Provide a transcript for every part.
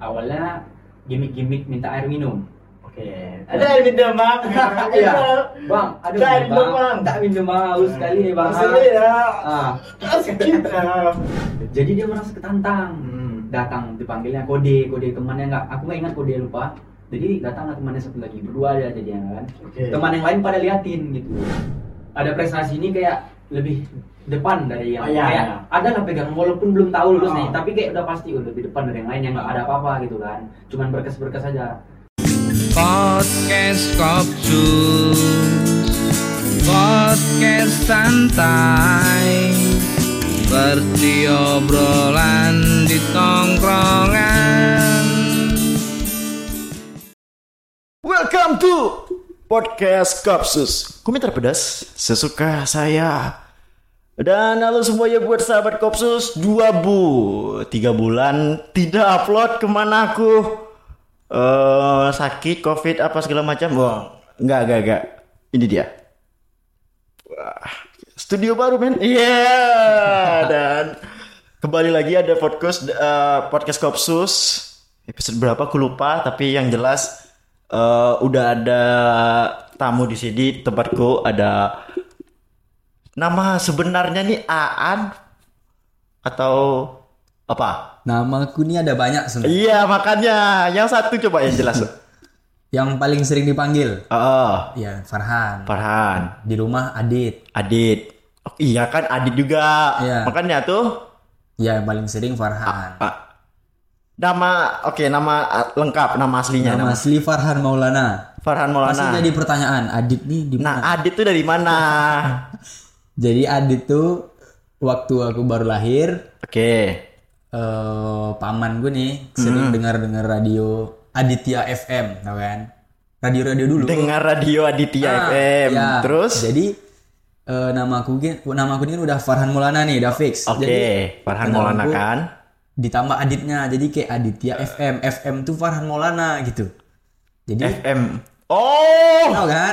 Awalnya gimmick minta air minum. Oke. Ada air minum bang. Iya. Bang, aduh Air minum bang. Tak minum haus sekali nih bang. Maksudnya ya. Sakit. Jadi dia merasa ketantang. Datang dipanggilnya kode temannya nggak. Aku nggak ingat kode, lupa. Jadi datanglah temannya satu lagi, berdua aja jadinya kan. Okay. Teman yang lain pada liatin gitu. Ada prestasi ini kayak lebih depan dari yang kayak ada lah pegang walaupun belum tahu lulus nih, tapi kayak udah pasti udah lebih depan dari yang lain yang nggak ada apa-apa gitu kan. Cuman berkes aja. Podcast Kopsus, podcast santai, seperti obrolan di tongkrongan. Welcome to Podcast Kopsus, komentar pedas sesuka saya. Dan halo semuanya buat sahabat Kopsus. 3 bulan tidak upload, kemana aku? Sakit, covid, apa segala macam. Wah, enggak. Ini dia. Wah, studio baru men. Dan kembali lagi ada podcast Kopsus. Episode berapa aku lupa, tapi yang jelas udah ada tamu di sini tempatku. Ada nama sebenarnya nih Aan atau apa? Namaku nih ada banyak sebenarnya. Iya, makanya yang satu coba yang jelas. Yang paling sering dipanggil. Ya, Farhan. Di rumah Adit. Oh, iya kan Adit juga. Iya. Makanya tuh. Ya, yang paling sering Farhan. Nama lengkap, nama aslinya. Nama asli Farhan Maulana. Pasti jadi pertanyaan, Adit nih di mana? Nah, Adit tuh dari mana? Jadi Adit tuh waktu aku baru lahir. Oke. Paman gue nih sering dengar radio Aditya FM, tau kan? Radio dulu. Dengar radio Aditya FM. Ya. Terus? Jadi namaku ini kan udah Farhan Maulana nih, udah fix. Oke, Farhan Maulana kan. Ditambah Aditnya, jadi kayak Aditya FM tuh Farhan Maulana gitu. Jadi FM. Oh, tau kan?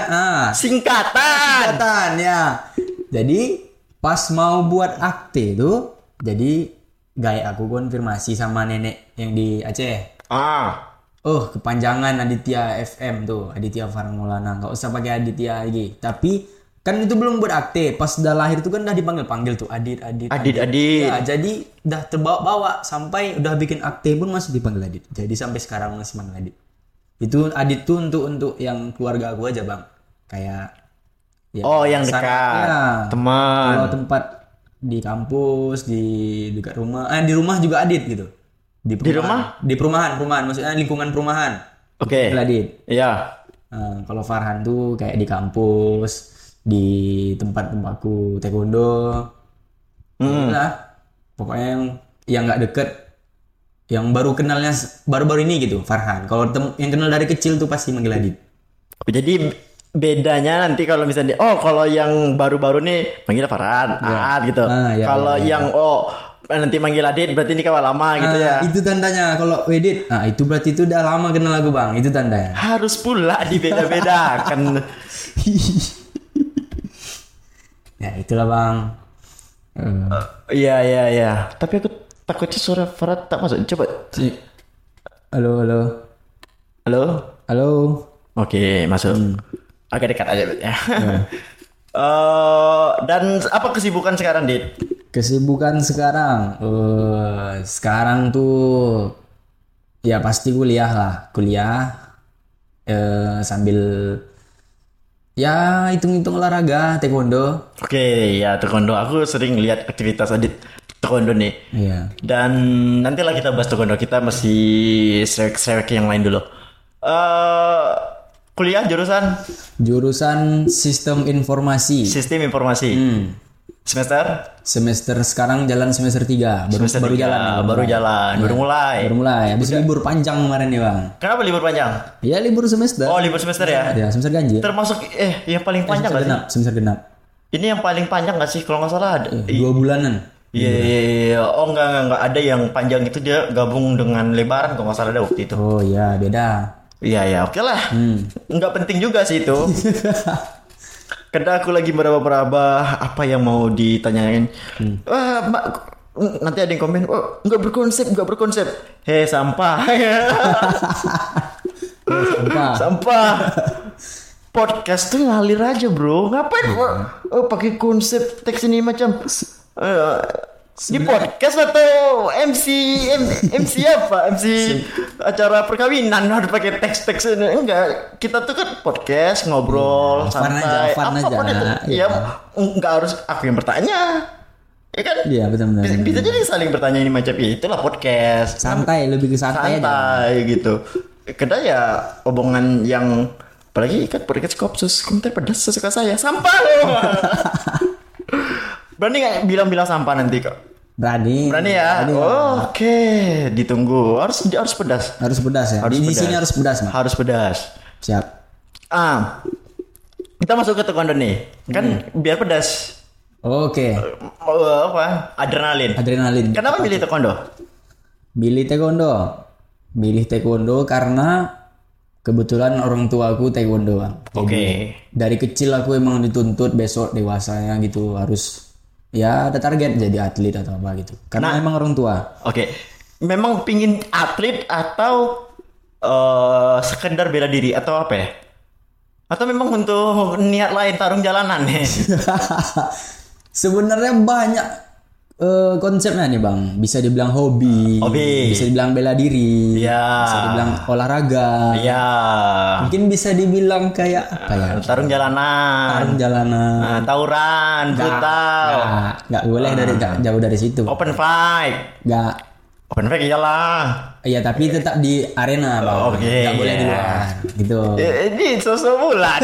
Singkatan ya. Jadi pas mau buat akte tuh, jadi aku konfirmasi sama nenek yang di Aceh. Kepanjangan Aditya FM tuh, Aditya Farhan Maulana. Nggak usah pakai Aditya lagi. Tapi kan itu belum buat akte. Pas udah lahir tuh kan udah dipanggil tuh Adit. Ya, jadi udah terbawa sampai udah bikin akte pun masih dipanggil Adit. Jadi sampai sekarang masih manggil Adit. Itu Adit tuh untuk yang keluarga aku aja bang. Kayak ya, yang dekat. Ya, teman. Kalau tempat di kampus, di dekat rumah, di rumah juga Adit gitu. Di rumah? Di perumahan, maksudnya lingkungan perumahan. Oke. Adit. Iya. Kalau Farhan tuh kayak di kampus, di tempatku taekwondo. Lah, pokoknya yang nggak deket, yang baru kenalnya baru-baru ini gitu, Farhan. Kalau yang kenal dari kecil tuh pasti manggil Adit. Jadi bedanya nanti kalau misalnya kalau yang baru-baru nih manggil Farhan, gitu. Kalau yang nanti manggil Adit berarti ini kawan lama gitu ya. Itu tandanya kalau Edit. Itu berarti itu udah lama kenal aku bang. Itu tandanya. Harus pula dibeda-bedakan. Ya itulah bang. Iya. Tapi aku takutnya suara Farhan tak masuk. Coba. Halo. Oke, masuk. Agak dekat aja ya. Dan apa kesibukan sekarang, Dit? Kesibukan sekarang. Sekarang tuh ya pasti kuliah lah. Sambil ya hitung-hitung olahraga taekwondo. Oke, ya taekwondo. Aku sering lihat aktivitas Adit taekwondo nih. Iya. Dan nantilah kita bahas taekwondo. Kita masih sewek yang lain dulu. Kuliah jurusan Sistem Informasi. Semester sekarang jalan semester 3. Baru jalan. Baru mulai. Habis libur panjang kemarin nih, Bang. Kenapa libur panjang? Ya libur semester. Oh, libur semester ya? Ya, semester ganjil. Termasuk yang paling panjang enggak sih? Semester genap. Ini yang paling panjang enggak sih kalau enggak salah ada? 2 bulanan. Iya. Oh, enggak ada yang panjang itu dia gabung dengan lebaran kalau enggak salah ada waktu itu. Oh, iya, beda. Iya, oke lah. Enggak penting juga sih itu. Karena aku lagi meraba-raba apa yang mau ditanyain. nanti ada yang komen, oh nggak berkonsep. Hei sampah. Sampah. Podcast tuh ngalir aja bro. Ngapain pakai konsep teks ini macam di podcast atau MC apa? MC acara perkawinan harus pakai teks ini. Enggak, kita tuh kan podcast ngobrol santai. Fun aja. Ya enggak harus aku yang bertanya. Ya kan? Iya benar-benar. Bisa jadi saling bertanya ini macam itulah podcast. Santai, lebih ke santai aja. Gitu. Kadang ya omongan yang apalagi kan podcast Kopsus komentar pedas sesuka saya. Sampah loh. Berani nggak bilang sampah nanti kok? Berani ya. Oke. Ditunggu. Harus pedas. Harus pedas ya. Di sini harus pedas, Mas. Harus pedas. Siap. Kita masuk ke taekwondo nih. Kan biar pedas. Oke. Apa? Adrenalin. Kenapa milih taekwondo? Milih taekwondo karena kebetulan orang tua aku taekwondo, Bang. Jadi dari kecil aku emang dituntut besok dewasanya gitu harus ya ada target jadi atlet atau apa gitu. Karena emang orang tua. Oke. Memang pingin atlet atau sekedar bela diri atau apa ya? Atau memang untuk niat lain tarung jalanan nih? Sebenarnya banyak konsepnya nih Bang. Bisa dibilang hobi. Bisa dibilang bela diri. Bisa dibilang olahraga. Mungkin bisa dibilang kayak apa ya? Tarung jalanan. Tawuran, brutal. Nggak boleh jauh dari situ. Open fight. Open fight iyalah. Iya tapi tetap di arena Bang. Nggak boleh di luar. Gitu. Ini sosok bulan.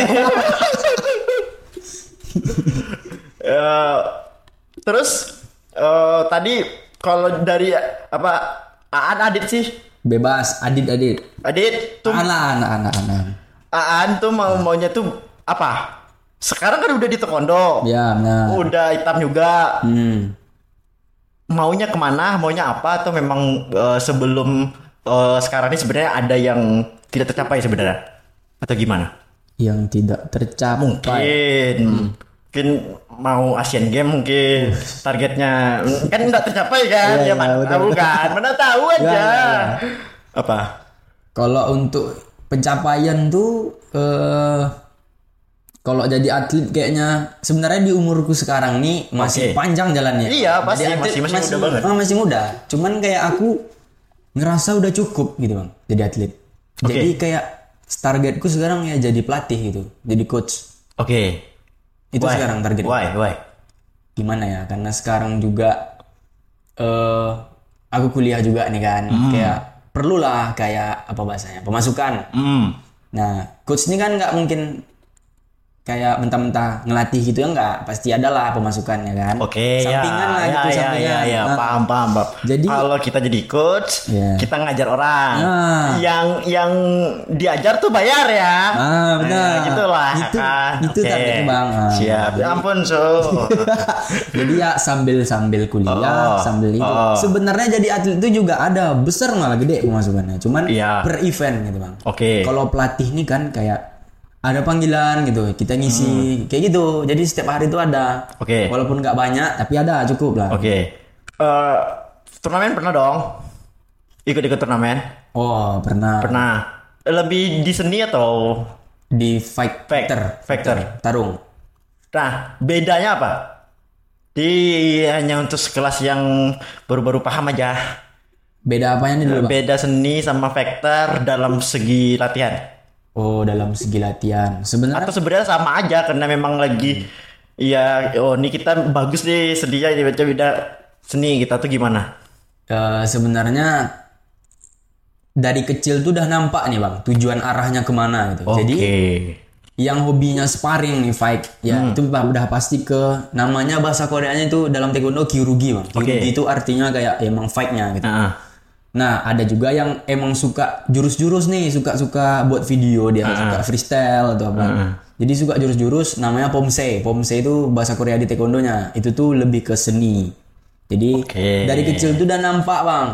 Terus tadi kalau dari apa Adit sih bebas Adit tuh anak tuh maunya tuh apa sekarang kan udah di taekwondo ya benar udah hitam juga maunya kemana maunya apa atau memang sebelum sekarang ini sebenarnya ada yang tidak tercapai sebenarnya atau gimana yang tidak tercapai mungkin mau Asian Games mungkin targetnya kan nggak tercapai kan ya mana tahu kan mana tahu aja apa kalau untuk pencapaian tuh kalau jadi atlet kayaknya sebenarnya di umurku sekarang nih masih panjang jalannya iya pasti masih muda banget masih muda cuman kayak aku ngerasa udah cukup gitu Bang jadi atlet jadi kayak targetku sekarang ya jadi pelatih gitu jadi coach itu sekarang target. Why? Gimana ya? Karena sekarang juga aku kuliah juga nih kan. Kayak perlulah kayak apa bahasanya? Pemasukan. Nah, coach ini kan nggak mungkin kayak mentah-mentah ngelatih gitu ya enggak, pasti ada lah pemasukannya kan. Sampingan lah gitu sampingan. Nah, paham. Jadi kalau kita jadi coach, kita ngajar orang. Yang diajar tuh bayar ya. Benar. Gitulah. Itu targetnya Bang. Siap. Ya ampun, Jadi ya sambil kuliah, sambil itu. Sebenarnya jadi atlet itu juga ada besar malah gede pemasukannya. Cuman per event gitu Bang. Kalau pelatih ini kan kayak ada panggilan gitu, kita ngisi kayak gitu. Jadi setiap hari itu ada. Walaupun nggak banyak, tapi ada cukup lah. Turnamen pernah dong? Ikut turnamen? Oh pernah. Lebih di seni atau di factor tarung? Nah bedanya apa? Hanya untuk sekelas yang baru-baru paham aja. Beda apanya nih dulu Bang? Beda seni sama factor dalam segi latihan. Dalam segi latihan sebenarnya atau sebenarnya sama aja karena memang lagi ini kita bagus nih seninya baca beda seni kita tuh gimana? Sebenarnya dari kecil tuh udah nampak nih Bang tujuan arahnya kemana gitu. Jadi yang hobinya sparring nih fight itu udah pasti ke namanya bahasa Koreanya itu dalam taekwondo kyurugi Bang. Kyurugi itu artinya kayak emang fightnya gitu. Nah ada juga yang emang suka jurus-jurus nih suka buat video dia suka freestyle atau apa jadi suka jurus-jurus namanya pomse itu bahasa Korea di taekwondonya itu tuh lebih ke seni jadi dari kecil tuh udah nampak Bang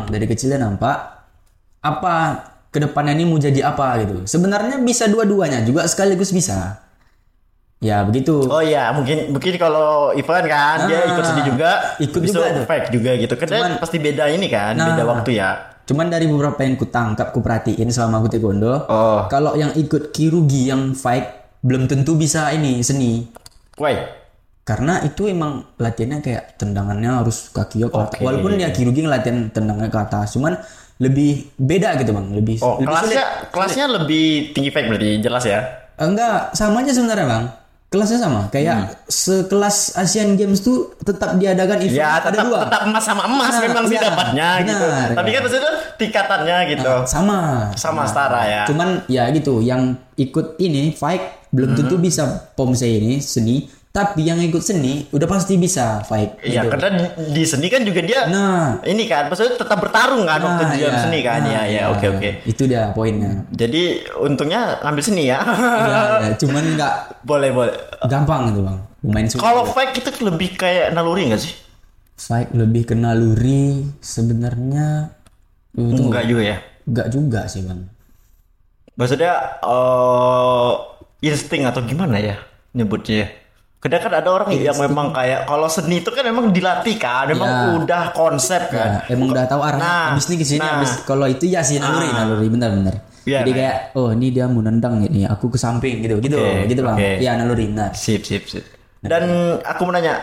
apa kedepannya ini mau jadi apa gitu sebenarnya bisa dua-duanya juga sekaligus bisa Ya begitu. Oh iya, mungkin kalau event kan dia ikut sendiri juga, ikut bisa juga tuh. fake juga gitu. Karena pasti beda ini kan, beda waktu ya. Cuman dari beberapa yang kutangkap, kuperhatiin selama aku taekwondo, kalau yang ikut kirugi yang fight belum tentu bisa ini seni. Why? Karena itu emang latihannya kayak tendangannya harus kaki ke atas. Walaupun dia kirugi latihan tendangannya ke atas, cuman lebih beda gitu bang, lebih kelasnya lebih tinggi fight berarti jelas ya? Enggak, sama aja sebenarnya bang. Kelasnya sama, kayak sekelas Asian Games tuh tetap diadakan event ya, ada dua. Tetap emas sama emas memang sih dapatnya gitu. Tapi kan maksudnya tingkatannya gitu. Sama setara ya. Cuman ya gitu, yang ikut ini fight belum tentu bisa pomse ini seni. Tapi yang ikut seni udah pasti bisa fight. Iya, gitu. karena di seni kan juga dia ini kan, maksudnya tetap bertarung kan waktu di dalam seni kan. Oke. Itu dia poinnya. Jadi untungnya ngambil seni ya. Ya, cuman nggak boleh. Gampang gitu bang. Lumayan sulit. Kalau fight itu lebih kayak naluri nggak sih? Fight lebih ke naluri sebenarnya. Enggak juga ya? Enggak juga sih bang. Maksudnya insting atau gimana ya nyebutnya? Kadang kan ada orang yang memang kayak kalau seni itu kan memang dilatih kan, memang udah konsep kan. Emang udah tahu arahnya. Habis ini kesini, habis kalau itu ya sih naluri benar. Ya, jadi kayak ini dia mau nendang nih, aku ke samping gitu bang. Iya naluri benar. Sip. Dan aku mau nanya,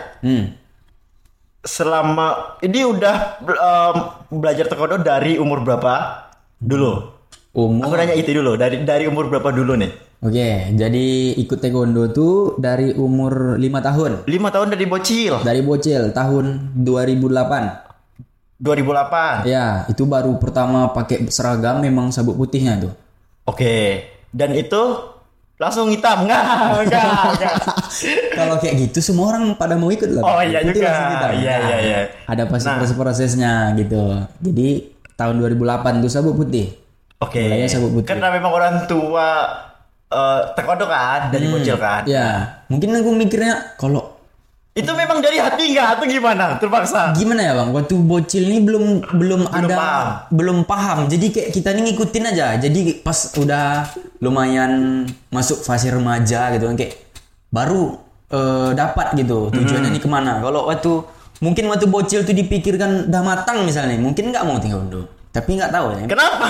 selama ini udah belajar taekwondo dari umur berapa dulu? Aku nanya itu dulu, dari umur berapa dulu nih? Oke, jadi ikut taekwondo tuh dari umur 5 tahun. 5 tahun dari bocil? Dari bocil, tahun 2008. 2008? Ya, itu baru pertama pakai seragam memang sabuk putihnya tuh. Oke, dan itu langsung hitam? Enggak. Kalau kayak gitu semua orang pada mau ikut lah. Oh iya itu juga, iya. Ada prosesnya gitu. Jadi tahun 2008 tuh sabuk putih. Oke, karena memang orang tua taekwondo kan dari bocil kan. Ya, mungkin aku mikirnya kalau itu memang dari hati nggak atau gimana? Terpaksa. Gimana ya bang? Waktu bocil nih belum paham. Jadi kayak kita nih ngikutin aja. Jadi pas udah lumayan masuk fase remaja gitu kan kayak baru dapat gitu tujuannya nih kemana. Kalau waktu bocil tuh dipikirkan udah matang misalnya, mungkin nggak mau taekwondo. Tapi nggak tahu ya. Kenapa?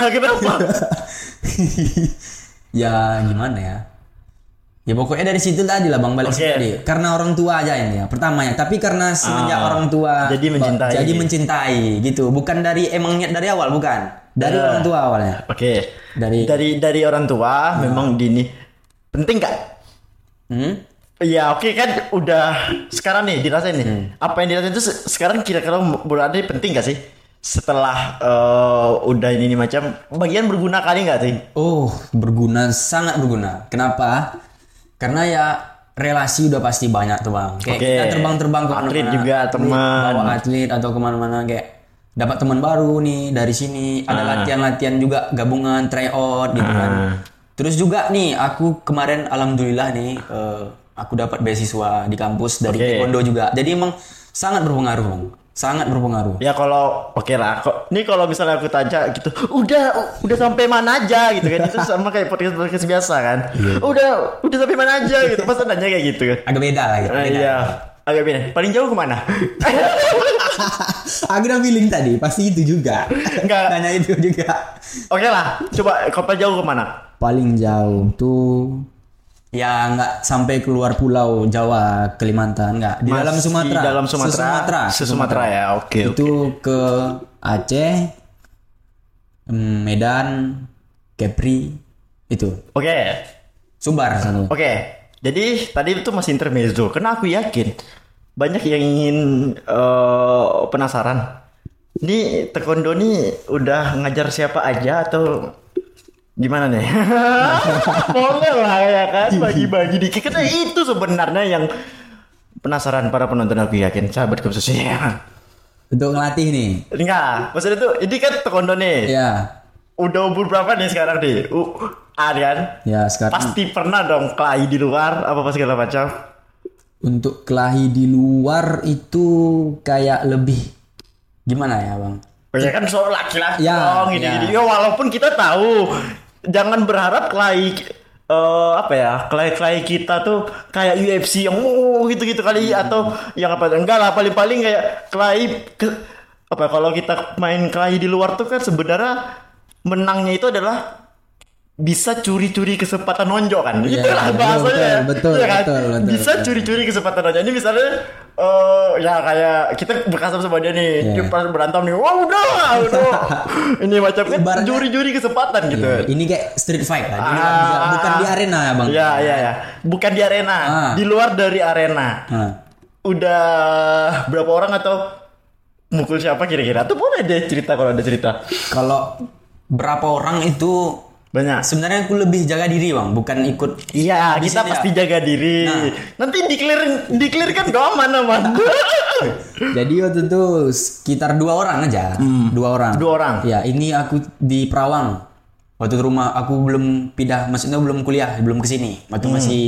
Ya gimana ya? Ya pokoknya dari situ tadi lah bang balik tadi. Karena orang tua aja ini ya pertamanya. Tapi karena semenjak orang tua jadi mencintai gitu. Bukan dari emang niat dari awal bukan. Dari orang tua awalnya. Oke. Dari orang tua memang gini. Penting nggak? Iya oke kan udah sekarang nih dirasain nih. Apa yang dirasain itu sekarang kira-kira berarti penting nggak sih? Setelah udah ini macam bagian berguna kali nggak sih? Oh berguna, sangat berguna. Kenapa? Karena ya relasi udah pasti banyak tuh bang. Kayak kita terbang ke atlet juga teman. Bawa atlet atau kemana-mana kayak dapat teman baru nih dari sini. Ada latihan-latihan juga gabungan tryout gitu kan. Terus juga nih aku kemarin alhamdulillah nih aku dapat beasiswa di kampus dari taekwondo juga. Jadi emang sangat berpengaruh bang. Sangat berpengaruh. Ya kalau lah. Nih kalau misalnya aku tanya gitu, udah sampai mana aja gitu kan? Itu sama kayak podcast biasa kan. Udah sampai mana aja gitu. Pas nanya kayak gitu kan. Agak beda lah gitu. Iya. Agak beda. Paling jauh kemana? Aku udah feeling tadi, pasti itu juga. Enggak. Nanya itu juga. Oke lah. Coba paling jauh kemana? Paling jauh tuh ya nggak sampai keluar pulau Jawa, Kalimantan, nggak di dalam Sumatera. Di dalam Sumatera ya, oke. Itu ke Aceh, Medan, Kepri, itu. Oke. Sumbar satu. Oke. Jadi tadi itu masih intermezzo. Karena aku yakin banyak yang ingin penasaran. Ini taekwondo nih udah ngajar siapa aja atau gimana nih? Boleh lah ya kan bagi-bagi dikit. Karena itu sebenarnya yang penasaran para penonton, aku yakin sahabat khususnya. Untuk ngelatih nih. Enggak, maksudnya tuh ini kan taekwondo nih. Iya. Udah umur berapa nih sekarang nih? Kan? Ya sekarang. Pasti pernah dong kelahi di luar apa segala macam. Untuk kelahi di luar itu kayak lebih gimana ya bang? Ya kan soal laki-laki ya, dong, gini-gini. Ya walaupun kita tahu jangan berharap kelahi apa ya, klien kita tuh kayak UFC yang gitu-gitu kali atau yang apa, enggak lah, paling-paling kayak klien apa, kalau kita main klien di luar tuh kan sebenarnya menangnya itu adalah bisa curi-curi kesempatan nonjok kan, itulah bahasanya. Betul, ya kan? betul. Bisa curi-curi kesempatan nonjok. Ini misalnya ya kayak kita berkasam sama dia nih, dia pas berantem nih, wah udah. Ini macam kan curi-curi kesempatan gitu. Ini kayak street fight lah, bukan di arena ya bang. Iya, bukan di arena, di luar dari arena. Udah berapa orang atau mukul siapa kira-kira? Tuh boleh deh cerita kalau ada cerita. Kalau berapa orang itu banyak. Sebenarnya aku lebih jaga diri bang, bukan ikut. Iya, kita pasti jaga diri. Nanti declare kan gak aman. Jadi waktu itu sekitar 2 orang aja. 2 orang. Ya, ini aku di Perawang. Waktu itu rumah aku belum pindah, maksudnya belum kuliah, belum kesini. Waktu masih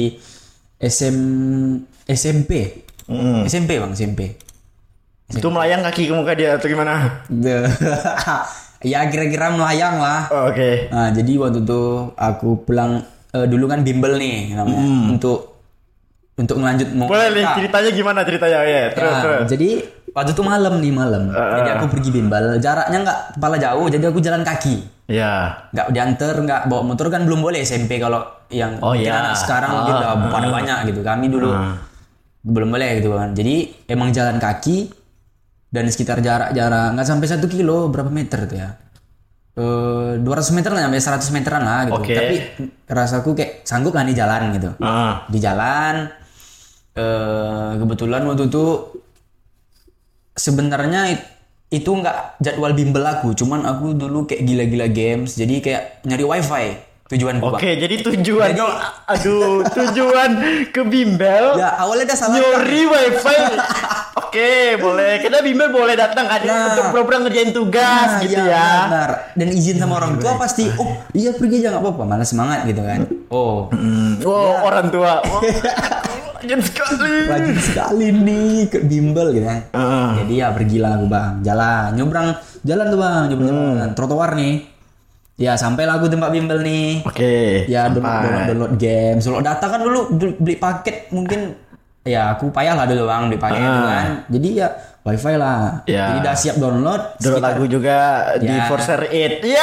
SMP. SMP bang, SMP. Itu melayang kaki ke muka dia atau gimana? Ya kira-kira melayang lah. Oke. Nah, jadi waktu itu aku pulang dulu kan bimbel nih namanya. Untuk ngelanjut mau. Boleh nih ceritanya gimana ceritanya ya? Terus. Jadi waktu itu malam. Jadi aku pergi bimbel. Jaraknya nggak kepala jauh, jadi aku jalan kaki. Iya. Nggak diantar, nggak bawa motor kan belum boleh SMP kalau yang anak sekarang mungkin udah pada banyak gitu. Kami dulu belum boleh gitu kan. Jadi emang jalan kaki. Dan sekitar jarak nggak sampai 1 kilo, berapa meter tuh ya, 200 meter lah, sampai 100 meteran lah gitu. Tapi rasaku kayak sanggup lah nih jalan gitu. Di jalan kebetulan waktu itu sebenarnya itu nggak jadwal bimbel aku, cuman aku dulu kayak gila-gila games, jadi kayak nyari wifi tujuan gua. Jadi tujuan tujuan ke bimbel. Ya awalnya udah salah. Nyuri wifi. Boleh. Kita bimbel boleh datang aja untuk program ngerjain tugas gitu ya. Benar. Dan izin sama orang tua pasti. Iya pergi aja nggak apa-apa. Malah semangat gitu kan. Orang tua. Rajin sekali nih ke bimbel gitu kan. Jadi ya pergilah aku bang. Jalan tuh bang. Jalan. Trotoar nih. Ya sampailah aku tempat bimbel nih. Ya download game. Solo data kan dulu beli paket mungkin. Ya aku payah lah dulu bang beli paket gitu kan. Jadi ya wifi lah. Jadi udah siap download. Download lagu juga di Forcer 8. Ya.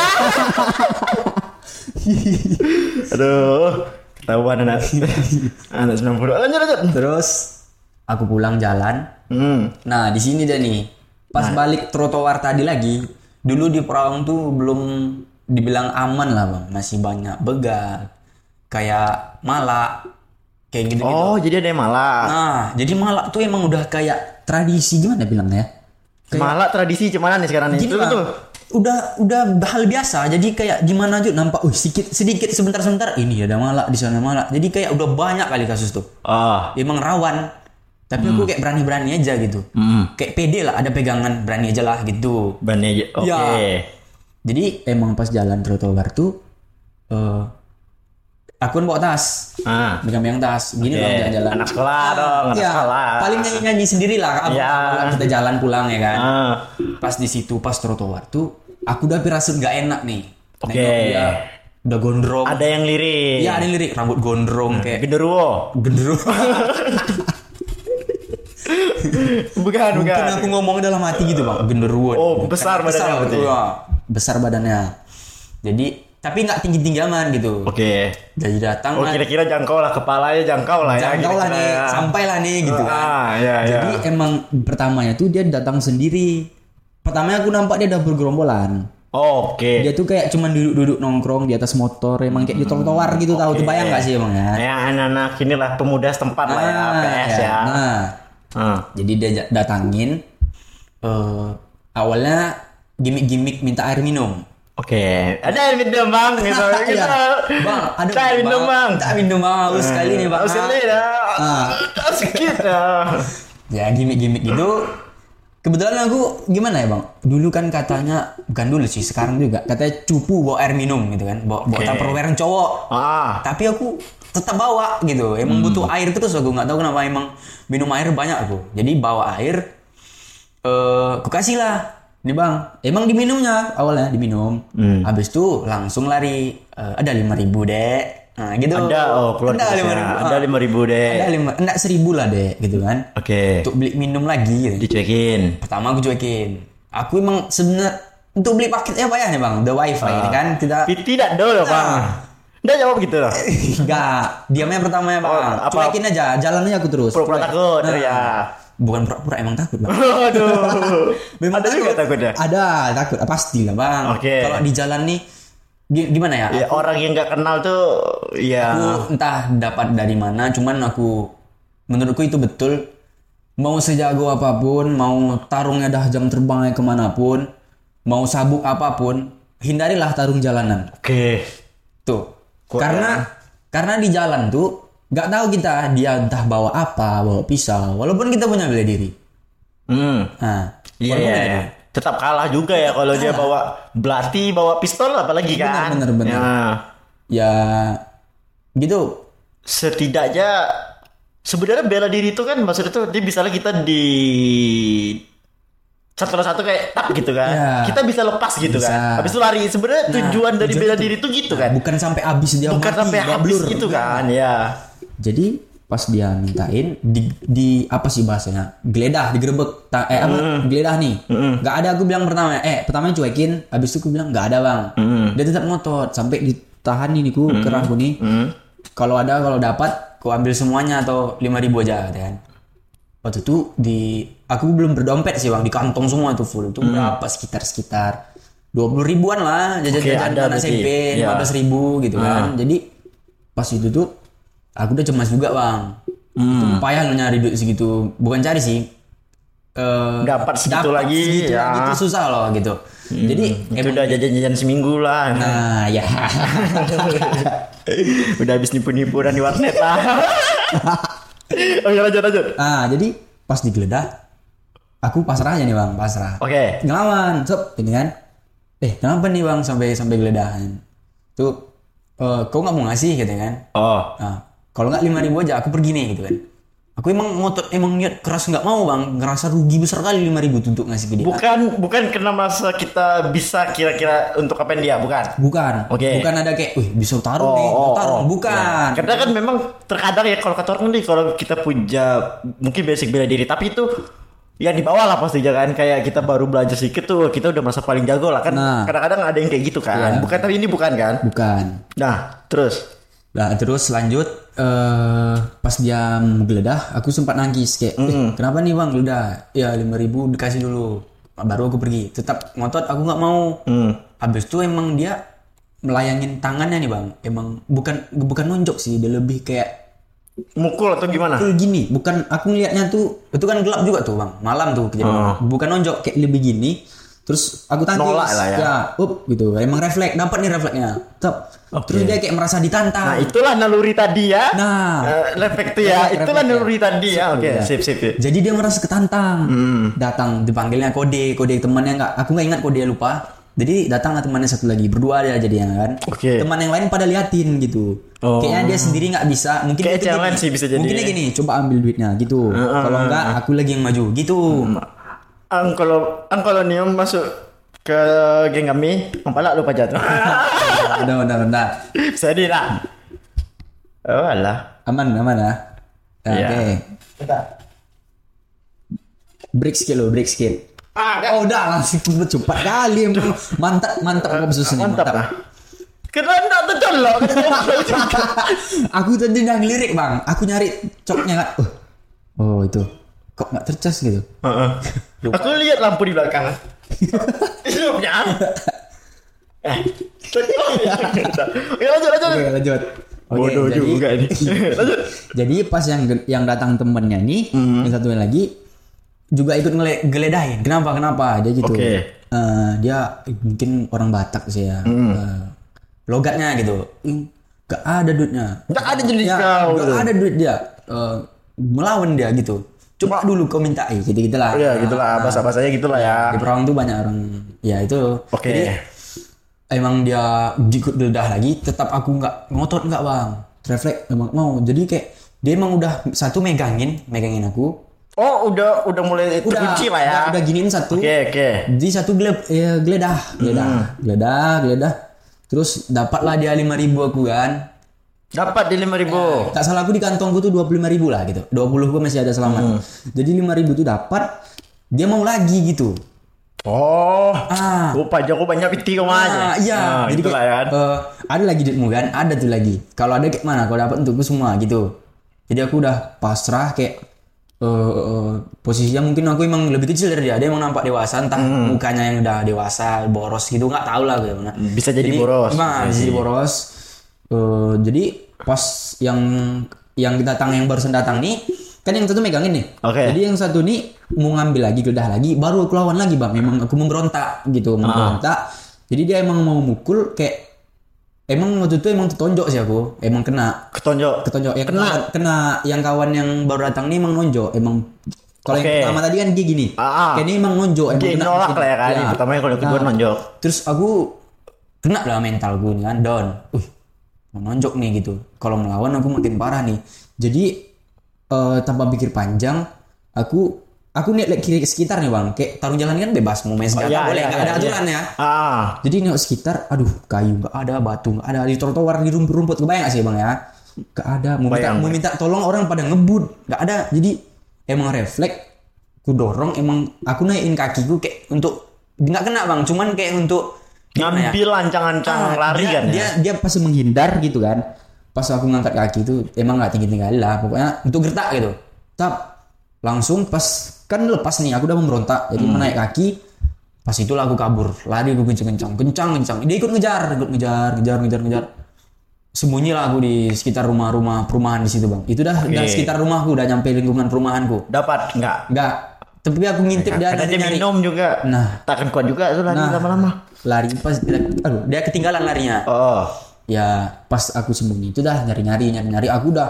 Aduh. Ketahuan anak 90. Lanjut. Terus aku pulang jalan. Nah di sini deh nih. Pas balik trotoar tadi lagi. Dulu di Perawang tuh belum dibilang aman lah bang. Masih banyak begal. Kayak malak. Kayak gitu-gitu. Jadi ada yang malak. Nah, jadi malak tuh emang udah kayak tradisi gimana bilangnya? Malak tradisi gimana nih sekarang nih? Betul. Udah hal biasa. Jadi kayak gimana aja nampak sedikit sebentar ini ada malak, di sana malak. Jadi kayak udah banyak kali kasus tuh. Emang rawan. Tapi aku kayak berani-berani aja gitu. Kayak pede lah, ada pegangan, berani aja lah gitu. Berani aja. Ya. Jadi emang pas jalan trotoar tuh aku kan bawa tas, megang tas, gini loh jalan-jalan. Anak sekolah dong, anak sekolah. Paling nyanyi sendiri lah, kita jalan pulang ya kan. Pas di situ, pas trotoar tuh, aku udah pirasat nggak enak nih. Dia udah gondrong. Ada yang lirik. Iya ada yang lirik, rambut gondrong kayak. Genderuwo. Bukan. Mungkin aku ngomong dalam hati gitu bang, genderuwo. Besar badannya berarti. Besar badannya. Jadi tapi nggak tinggi-tinggi aman gitu. Jadi datang. Kira-kira jangkau lah, kepalanya jangkau lah ya. Jangkau lah nih, sampai lah nih gitu kan. Jadi emang pertamanya tuh dia datang sendiri. Pertamanya aku nampak dia udah bergerombolan. Dia tuh kayak cuman duduk-duduk nongkrong di atas motor, emang kayak di trotoar gitu, tahu tuh, bayang nggak sih emang ya? Ya anak-anak inilah pemuda setempat lah ya, PS ya. Jadi dia datangin. Awalnya gimmick minta air minum. Ada air minum bang gitu. Bang, ada air minum bang. Tak minum haus sekali nih bang. Haus sekali dah. Sedikit dah. Ya gimmick gitu. Kebetulan aku gimana ya bang? Dulu kan katanya, bukan dulu sih, sekarang juga katanya cupu bawa air minum gitu kan. Bawa tupperware cowok. Tapi aku tetap bawa gitu. Emang butuh air terus aku, nggak tahu kenapa, emang minum air banyak aku. Jadi bawa air. Aku kasih lah. Nih bang, emang diminumnya awalnya diminum. Habis itu langsung lari. Ada 5.000 dek. Nah gitu. Keluar ada 5.000. Ada 5.000 deh. Ada 5, enggak 1.000 lah deh gitu kan. Oke. Untuk beli minum lagi gitu. Dicuekin. Pertama aku cuekin. Aku emang sebenarnya untuk beli paketnya apa ya nih bang? The wifi ini kan tidak dulu bang. Nggak jawab gitu loh. Enggak. Diamnya pertama ya bang. Cuekin aja. Jalan aja aku terus. Pura-pura takut. Ya. Bukan pura-pura, emang takut bang. Aduh. Memang ada juga takutnya. Ada takut. Pasti lah bang. Oke. Kalau di jalan nih gimana ya? Ya orang yang nggak kenal tuh ya. Aku entah dapat dari mana. Cuman menurutku itu betul. Mau sejago apapun, mau tarungnya dah jam terbangnya kemanapun, mau sabuk apapun, hindarilah tarung jalanan. Oke. Tuh. Karena di jalan tuh nggak tahu kita dia entah bawa apa, bawa pisau, walaupun kita punya bela diri. Nah, iya. Tetap kalah juga ya kalau dia bawa belati, bawa pistol apalagi kan. Bener. Ya gitu. Setidaknya sebenarnya bela diri itu kan maksudnya tuh dia misalnya kita di satu kayak tak gitu kan. Ya, kita bisa lepas gitu bisa. Kan. Habis itu lari. Sebenarnya tujuan dari bela diri itu gitu kan. Bukan sampai habis dia bukan mati, sampai habis gitu kan. Ya. Jadi pas dia mintain di apa sih bahasanya? Geledah, digerebek. Geledah nih. Enggak ada aku bilang pertama cuekin, habis itu aku bilang enggak ada, Bang. Dia tetap ngotot sampai ditahan ini kerahku nih. Kalau dapat aku ambil semuanya atau 5.000 aja kan. Waktu itu aku belum berdompet sih bang, di kantong semua itu full. Itu berapa sekitar 20.000-an lah jajan-jajan anak SMP, 15.000 gitu kan. Jadi pas itu tuh aku udah cemas juga bang. Itu payah lo nyari duit segitu, bukan cari sih. Dapat segitu lagi ya. Itu susah loh gitu. Jadi itu udah jajan-jajan seminggu lah. Nah ya. Udah habis nipu-nipuan di warnet lah. Oke lanjut. Jadi pas digeledah, aku pasrah aja nih bang, pasrah. Oke. Ngelawan, ini kan. Kenapa nih bang sampai geledahan? Tuh, kau nggak mau ngasih gitu kan? Nah, kalau nggak 5.000 aja, aku pergi nih gitu kan. Aku emang ngotot, emang niat keras nggak mau bang, ngerasa rugi besar kali 5.000 untuk ngasih ke dia. Bukan karena masa kita bisa kira-kira untuk apa dia, bukan. Oke. Bukan ada kayak, bisa taruh bukan. Ya. Karena kan memang terkadang ya kalau kata orang nih, kalau kita punya mungkin basic bela diri, tapi itu yang di bawah lah pasti jangan kayak kita baru belajar sedikit tuh kita udah merasa paling jago lah kan. Kadang-kadang ada yang kayak gitu kan. Bukan, tapi ini bukan kan? Bukan. Nah, terus lanjut. Pas dia menggeledah, aku sempat nangis kayak, kenapa nih bang geledah? Ya 5.000 dikasih dulu, baru aku pergi. Tetap ngotot, aku nggak mau. Habis itu emang dia melayangin tangannya nih bang, emang bukan nonjok sih, dia lebih kayak mukul atau gimana? Mukul gini, bukan. Aku ngelihatnya tuh, itu kan gelap juga tuh bang, malam tuh kejadian. Bukan nonjok, kayak lebih gini. Terus aku tangkis, nolak lah ya. Gitu. Emang refleks, dapat nih refleksnya. Terus dia kayak merasa ditantang. Nah, itulah naluri tadi ya. Refleks itu ya. Itulah naluri tadi ya. Oke, sip. Jadi dia merasa ketantang. Datang, dipanggilnya kode temannya aku nggak ingat kode, lupa. Jadi datanglah temannya satu lagi, berdua dia jadinya kan. Teman yang lain pada liatin gitu. Kayaknya dia sendiri nggak bisa. Mungkin kayak challenge sih bisa jadi. Mungkin gini, coba ambil duitnya gitu. Kalau enggak, aku lagi yang maju gitu. Kalau nih masuk ke geng kami, mampalak lupa jatuh. Udah. Sedih lah. Oh alah. Aman lah. Oke. Break skill. Udah langsung cepat kali. Mantap kok nih. Mantap. Keren tak tercolok. Aku tadi udah ngelirik bang. Aku nyari coknya kan. Itu. Kok nggak tercas gitu? Aku lihat lampu di belakang. Hidupnya. Lanjut. Bodoh juga ini. Lanjut. Jadi pas yang datang temennya nih, yang satunya lagi juga ikut ngeledahin. Kenapa? Dia gitu. Dia mungkin orang Batak sih ya. Logatnya gitu. Gak ada duitnya. Gak ada duit Gak ada duit dia. Melawan dia gitu. Coba dulu kau minta gitu-gitulah. Iya, gitulah. Bahasa-bahasanya gitulah ya. Di Perawang tuh banyak orang. Ya itu. Jadi emang dia ikut geledah lagi, tetap aku nggak ngotot nggak bang. Refleks emang mau. Jadi kayak dia emang udah satu megangin aku. Udah mulai terkunci lah ya. Udah giniin satu. Oke. Jadi satu geledah. Terus dapatlah dia 5.000 aku kan. Dapat di 5.000. Tak salah aku di kantongku tuh 25.000 lah gitu. 20 gue masih ada selamat. Jadi 5.000 tuh dapat, dia mau lagi gitu. Oh, pajak aku banyak piti kau aja. Iya, jadi kayak, ada lagi duitmu kan, ada tuh lagi. Kalau ada kayak mana, kalau dapat untukku semua gitu. Jadi aku udah pasrah kayak posisinya mungkin aku emang lebih kecil dari dia emang nampak dewasa, entah mukanya yang udah dewasa, boros gitu, nggak tahu lah gue. Bisa jadi boros. Bisa jadi boros. Jadi pas yang datang yang barusan datang nih, kan yang satu megangin nih. Okay. Jadi yang satu nih mau ngambil lagi, geledah lagi, baru aku lawan lagi bang. Memang aku memberontak gitu, memberontak. Jadi dia emang mau mukul kayak, emang waktu itu emang tertonjok sih aku, emang kena. Ketonjok. Yang kena yang kawan yang baru datang nih emang nonjok, emang. Kalau yang pertama tadi kan dia gini, kayak ini emang nonjok, emang kena. Nolak lah ya kan. Yang pertama yang kalau kedua nonjok. Terus aku kena lah mental gue nih kan, down. Mau nonjok nih gitu. Kalau melawan aku makin parah nih. Jadi tanpa pikir panjang, aku lihat kiri sekitar nih bang, kayak tarung jalan kan bebas, mau main senjata boleh, nggak ada aturan ya. Jadi nengok sekitar, aduh kayu nggak ada, batu nggak ada, di trotoar di rumput kebayang gak sih bang ya? Nggak ada, mau minta tolong orang pada ngebut, nggak ada. Jadi emang refleks, ku dorong, emang aku naikin kakiku kayak untuk nggak kena bang, cuman kayak untuk ngambil ancang-ancang lari kan ya. Dia pasti menghindar gitu kan. Pas aku ngangkat kaki itu emang nggak tinggi-tinggi lah, pokoknya untuk gertak gitu. Langsung pas kan lepas nih, aku udah memberontak, jadi menaik kaki. Pas itulah aku kabur, lari gue kencang. Dia ikut ngejar. Sembunyi lah aku di sekitar rumah perumahan di situ bang. Itu dah sekitar rumahku, udah nyampe lingkungan perumahanku. Dapat nggak? Tapi aku ngintip dia minum juga. Nah, takkan kuat juga itu lari lama-lama. Lari pas dia ketinggalan larinya. Ya pas aku sembunyi itu dah nyari aku udah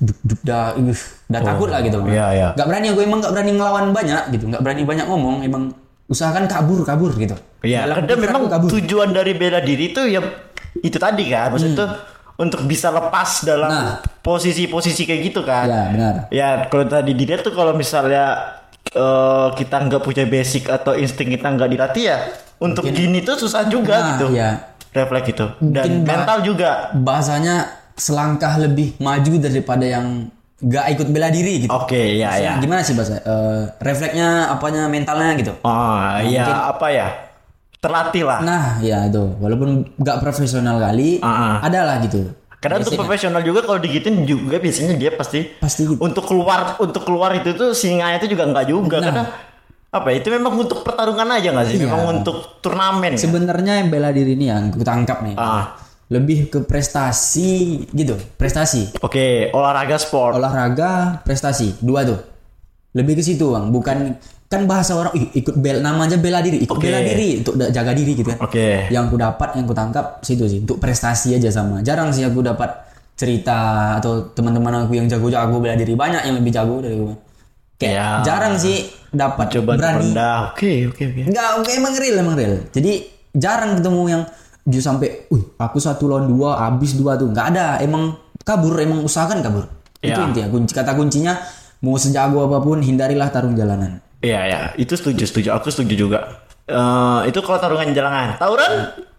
takut lah gitu bang. Iya. Gak berani, aku emang gak berani ngelawan banyak gitu, gak berani banyak ngomong, emang usahakan kabur gitu. Iya, karena memang tujuan dari bela diri itu ya itu tadi kan, maksudnya itu untuk bisa lepas dalam posisi-posisi kayak gitu kan. Iya benar. Ya kalau tadi dilihat tuh kalau misalnya kita nggak punya basic atau insting kita nggak dilatih ya untuk gini tuh susah juga gitu. Iya. Refleks itu dan mental juga. Bahasanya selangkah lebih maju daripada yang nggak ikut bela diri gitu. Oke, ya. Gimana sih bahasa? Refleksnya, apanya, mentalnya gitu. Iya, apa ya? Terlatih lah. Nah, ya itu. Walaupun nggak profesional kali, ada lah gitu. Karena untuk profesional juga kalau digituin juga biasanya dia pasti gitu. Untuk keluar itu tuh singanya itu juga nggak juga karena apa itu memang untuk pertarungan aja nggak sih? Memang untuk turnamen. Sebenarnya yang bela diri ini yang aku tangkap nih. Lebih ke prestasi gitu, prestasi. Oke, olahraga, prestasi, dua tuh. Lebih ke situ bang, bukan kan bahasa orang ikut namanya bela diri, bela diri untuk jaga diri gitu kan. Yang aku dapat, yang aku tangkap situ sih, untuk prestasi aja sama. Jarang sih aku dapat cerita atau teman-teman aku yang jago-jago bela diri, banyak yang lebih jago dari gue. Kayak jarang sih dapat berani. Oke. Enggak, emang real. Jadi jarang ketemu yang dia sampai, aku 1 lawan 2, habis 2 tuh. Enggak ada, emang kabur, emang usahakan kabur. Itu intinya, kata kuncinya mau sejago apapun hindarilah tarung jalanan. Iya, itu setuju. Aku setuju juga. Itu kalau tarungan jalanan. Tawuran?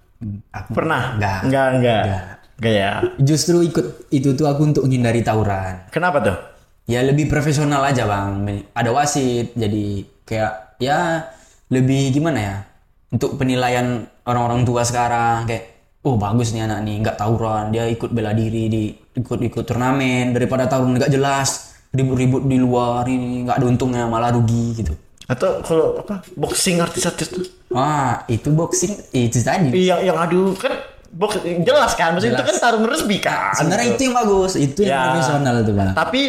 Pernah? Enggak ya. Justru ikut itu tuh aku untuk menghindari tawuran. Kenapa tuh? Ya lebih profesional aja bang. Ada wasit, jadi kayak ya lebih gimana ya? Untuk penilaian orang-orang tua sekarang kayak, bagus nih anak nih, nggak tawuran, dia ikut bela diri, ikut turnamen daripada tawuran nggak jelas, ribut-ribut di luar ini nggak ada untungnya malah rugi gitu. Atau kalau boxing artis-artis tuh? Itu boxing itu tadi. Yang adu kan boxing jelas kan, maksudnya itu kan tarung resmi kan. Sebenarnya itu yang bagus, itu yang profesional itu bang. Tapi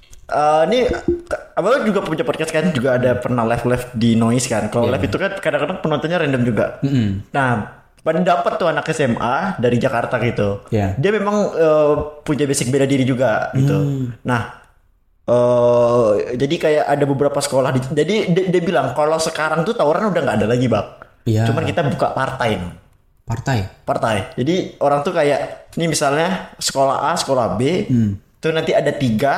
ini abang juga punya podcast kan, juga ada pernah live di Noise kan. Kalau live itu kan kadang-kadang penontonnya random juga. Nah, pada dapat tuh anak SMA dari Jakarta gitu. Dia memang punya basic bela diri juga gitu. Nah, jadi kayak ada beberapa sekolah jadi dia bilang kalau sekarang tuh tawuran udah nggak ada lagi bang. Cuman kita buka partai. Jadi orang tuh kayak ini misalnya sekolah A, sekolah B. Tuh nanti ada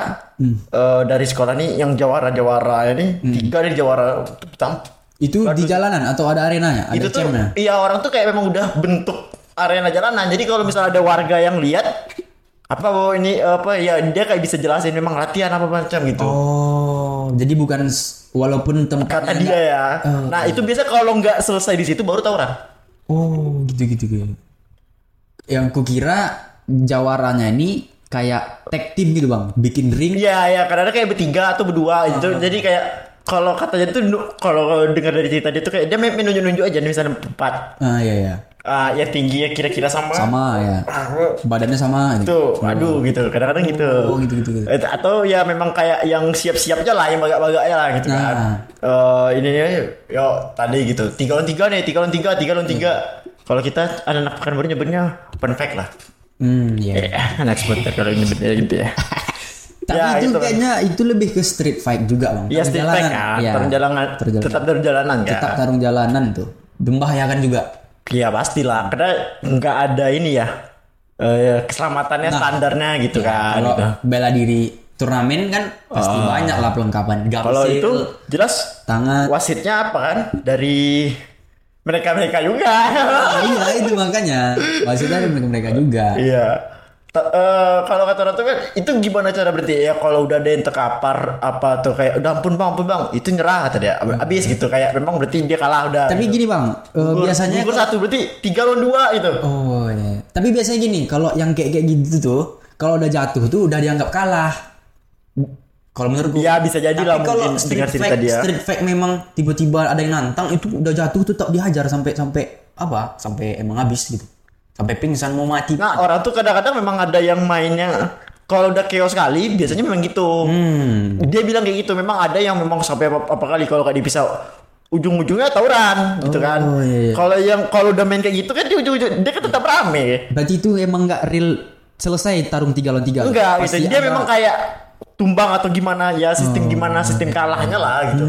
3 dari sekolah nih yang jawara ini 3 dari jawara itu di jalanan atau ada arenanya? Ada itu tuh iya, orang tuh kayak memang udah bentuk arena jalanan. Jadi kalau misalnya ada warga yang lihat Apa ini apa ya dia kayak bisa jelasin memang latihan apa macam gitu. Oh, jadi bukan walaupun tempatnya Kata dia ya. Nah, itu biasa kalau nggak selesai di situ baru tawuran. Oh, gitu. Yang kukira jawarannya ini kayak tag team gitu bang, bikin ring. Iya, kadang-kadang kayak bertiga atau berdua gitu. Jadi kayak kalau katanya tuh kalau dengar dari cerita dia tuh kayak dia main nunjuk-nunjuk aja nih misalnya 4. Iya. Ya tinggi ya kira-kira sama. Sama ya. Badannya sama gitu. Aduh gitu. Kadang-kadang gitu. Oh, gitu. Atau ya memang kayak yang siap-siapnya lah, yang bagak-bagaknya lah gitu kan. Ini ya tadi gitu. 3 lawan 3 nih, 3 lawan 3. Kalau kita anak Pekanbaru nyebutnya open fight lah. Anak sebentar kalau ini bener gitu ya. Tapi ya, itu gitu kayaknya itu lebih ke street fight juga bang. Iya street fight kan. Tetap tarung jalanan kan. Tetap tarung jalanan tuh. Membahayakan juga. Iya pastilah. Karena nggak ada ini ya. Keselamatannya standarnya gitu kan. Kalau gitu. bela diri turnamen kan pasti banyak lah pelengkapan. Kalau itu jelas tangan. Wasitnya apa kan? Dari mereka juga. Iya itu makanya. Wasitnya dari mereka juga. Iya. Kalau kata orang tuh kan itu gimana cara berarti ya kalau udah ada yang terkapar apa tuh kayak udah ampun bang itu nyerah kata dia abis gitu kayak memang berarti dia kalah udah. Tapi gini bang, biasanya gugur 1 berarti 3 lawan 2 gitu. Oh iya. Tapi biasanya gini kalau yang kayak gitu tuh kalau udah jatuh tuh udah dianggap kalah. Kalau menurutku. Ya bisa jadi lah mungkin dengan cerita dia. Street fight memang tiba-tiba ada yang nantang itu udah jatuh tuh tetap dihajar sampai emang habis gitu. Sampai pingsan mau mati. Nah orang tuh kadang-kadang memang ada yang mainnya kalau udah chaos sekali biasanya memang gitu. Dia bilang kayak gitu memang ada yang memang sampai apa kali kalau kayak dipisah ujung-ujungnya tawuran gitu kan. Iya. Kalau udah main kayak gitu kan di ujung-ujung dia kan tetap rame. Berarti itu emang nggak real selesai tarung 3 lawan 3. Enggak gitu. Dia memang kayak tumbang atau gimana ya sistem sistem kalahnya lah gitu.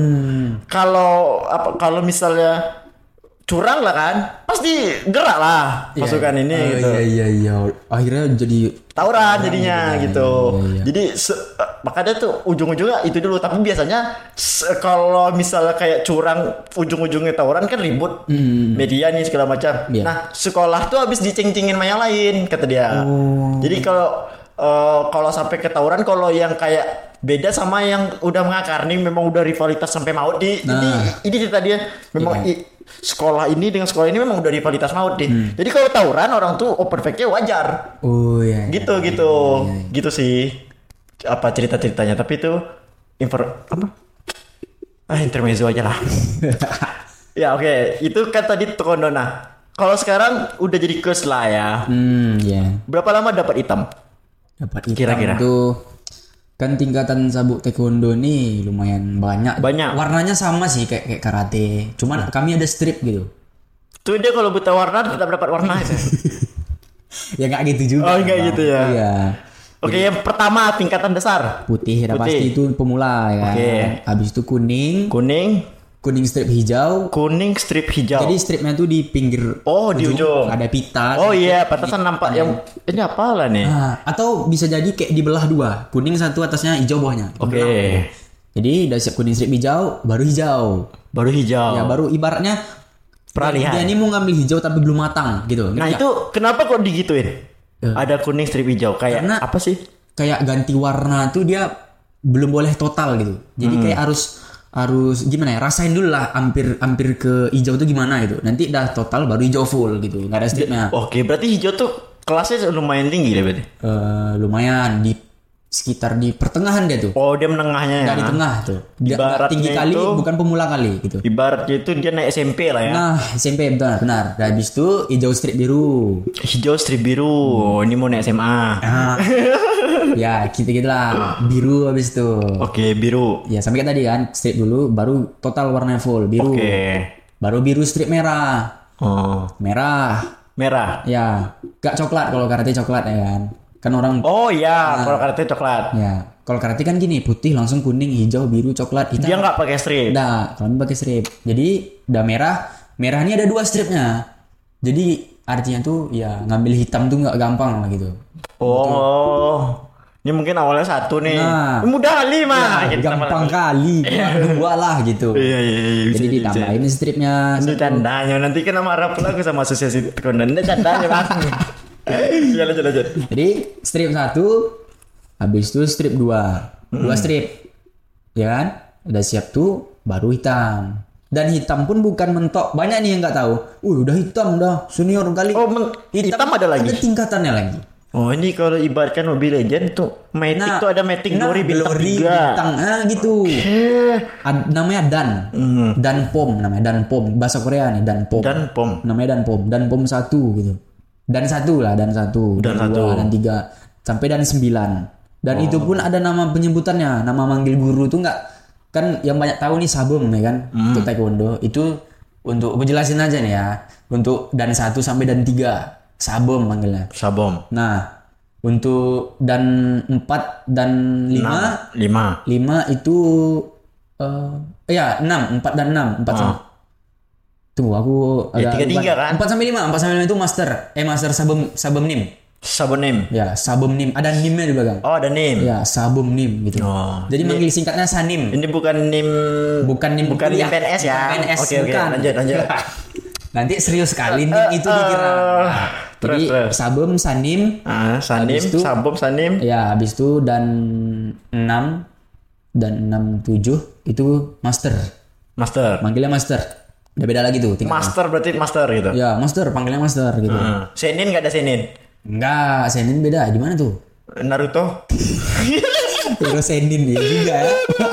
Kalau misalnya curang lah kan pasti gerak lah pasukan ini gitu. Iya. Akhirnya jadi tawuran jadinya gitu. Iya. Jadi makanya tuh ujung-ujungnya itu dulu tapi biasanya kalau misalnya kayak curang ujung-ujungnya tawuran kan ribut media nih segala macam. Iya. Nah sekolah tuh habis diceng-cengin sama yang lain kata dia. Jadi kalau sampai ke tawuran kalau yang kayak beda sama yang udah mengakar nih memang udah rivalitas sampai maut ini cerita dia memang sekolah ini dengan sekolah ini memang udah rivalitas maut deh. Jadi kalau tawuran orang tuh open fight-nya wajar. Oh iya. Gitu sih. Apa cerita-ceritanya tapi itu intermezzo aja lah. Ya oke. Itu kan tadi taekwondo. Nah, kalau sekarang udah jadi coach lah ya. Berapa lama dapat hitam? Dapat hitam kira-kira tuh kan tingkatan sabuk taekwondo nih lumayan banyak. Warnanya sama sih kayak karate. Cuman kami ada strip gitu. Tuh dia kalau buta warna tetap dapat warna aja. Ya nggak gitu juga. Oh nggak gitu ya. Iya. Oke, yang pertama tingkatan dasar. Putih udah pasti itu pemula ya. Oke. Habis itu kuning strip hijau. Kuning strip hijau. Jadi stripnya tuh di pinggir. Oh di ujung. Ada pita. Oh iya, batasan nampak yang ini apalah nih. Atau bisa jadi kayak dibelah 2. Kuning satu atasnya hijau bawahnya. Oke. Jadi udah siap kuning strip hijau, baru hijau. Ya baru ibaratnya peralihan. Dia ini mau ngambil hijau tapi belum matang gitu. Nah itu kenapa kok digituin? Ada kuning strip hijau kayak karena apa sih? Kayak ganti warna tuh dia belum boleh total gitu. Jadi kayak harus gimana ya, rasain dulu lah hampir ke hijau tuh gimana gitu. Nanti udah total baru hijau full gitu, nggak ada stripnya. Oke, berarti hijau tuh kelasnya lumayan tinggi deh berarti. Lumayan di sekitar di pertengahan dia tuh. Oh dia menengahnya ya. Nggak di tengah tuh. Nggak tinggi kali, bukan pemula kali gitu. Ibaratnya itu dia naik SMP lah ya. Nah SMP benar. Dan habis itu hijau strip biru. Ini mau naik SMA. Ya gitu lah. Biru habis itu. Oke, biru. Ya sampai tadi kan strip dulu, baru total warna full biru. Baru biru strip merah. Merah. Ya, gak coklat kalau karate coklat ya kan. Kan orang. Oh iya, kalau karate coklat. Ya, kalau karate kan gini, putih langsung kuning, hijau, biru, coklat, hitam. Dia nggak pakai strip. Nah, kalau pakai strip. Jadi udah merah ini ada 2 stripnya. Jadi artinya tuh ya ngambil hitam tuh nggak gampang lah gitu. Oh. Ini mungkin awalnya 1 nih. Mudah kali mah. Ya, gampang kali. 2 lah gitu. Iya. Jadi ditambahin stripnya. Ini tandanya nanti kan marah pula aku sama asosiasi taekwondo. Ini tandanya langsung. Ya lanjut. Jadi strip 1, habis itu strip 2. 2 strip. Ya kan? Udah siap tuh baru hitam. Dan hitam pun bukan mentok. Banyak nih yang nggak tahu. Udah hitam dah, senior kali. Oh, hitam ada lagi. Ada tingkatannya lagi. Oh, ini kalau ibaratkan Mobile Legend tuh Matic tuh ada Matic Glory bintang 3. Bintang gitu. Namanya Dan. Dan Pom namanya, Dan Pom. Bahasa Korea nih, Dan Pom. Dan Pom. Namanya Dan Pom. Dan Pom 1 gitu. Dan 1 lah, Dan 1. Dan 2, dan 3 sampai Dan 9. Dan itu pun ada nama penyebutannya, nama manggil guru tuh enggak. Kan yang banyak tahu nih Sabum ya kan, untuk taekwondo itu untuk aku jelasin aja nih ya. Untuk Dan 1 sampai Dan 3 Sabum manggilnya. Sabum. Nah, untuk Dan 4 dan 5 itu 6, 4 dan 6, 4 sama. Tuh aku agak 3 kan? 4 sampai 5 itu master Sabum Nim. Sabum Nim. Ya, Sabum Nim. Ada Nimnya di belakang. Oh, ada Nim. Ya, Sabum Nim gitu. Jadi manggil singkatnya Sanim. Ini bukan Nim Nim PNS ya. PNS Oke, lanjut. Nanti serius sekali Nim itu dikira. Jadi Sabum, Sanim, Sabum, Sanim. Ya, habis itu dan 6 dan 6 7 itu master. Manggilnya master. Udah beda lagi tuh. Master berarti master gitu. Ya, master, panggilnya master gitu. Senin enggak ada Senin? Enggak, Senin beda. Di mana tuh? Naruto. Hero Senin ya juga ya.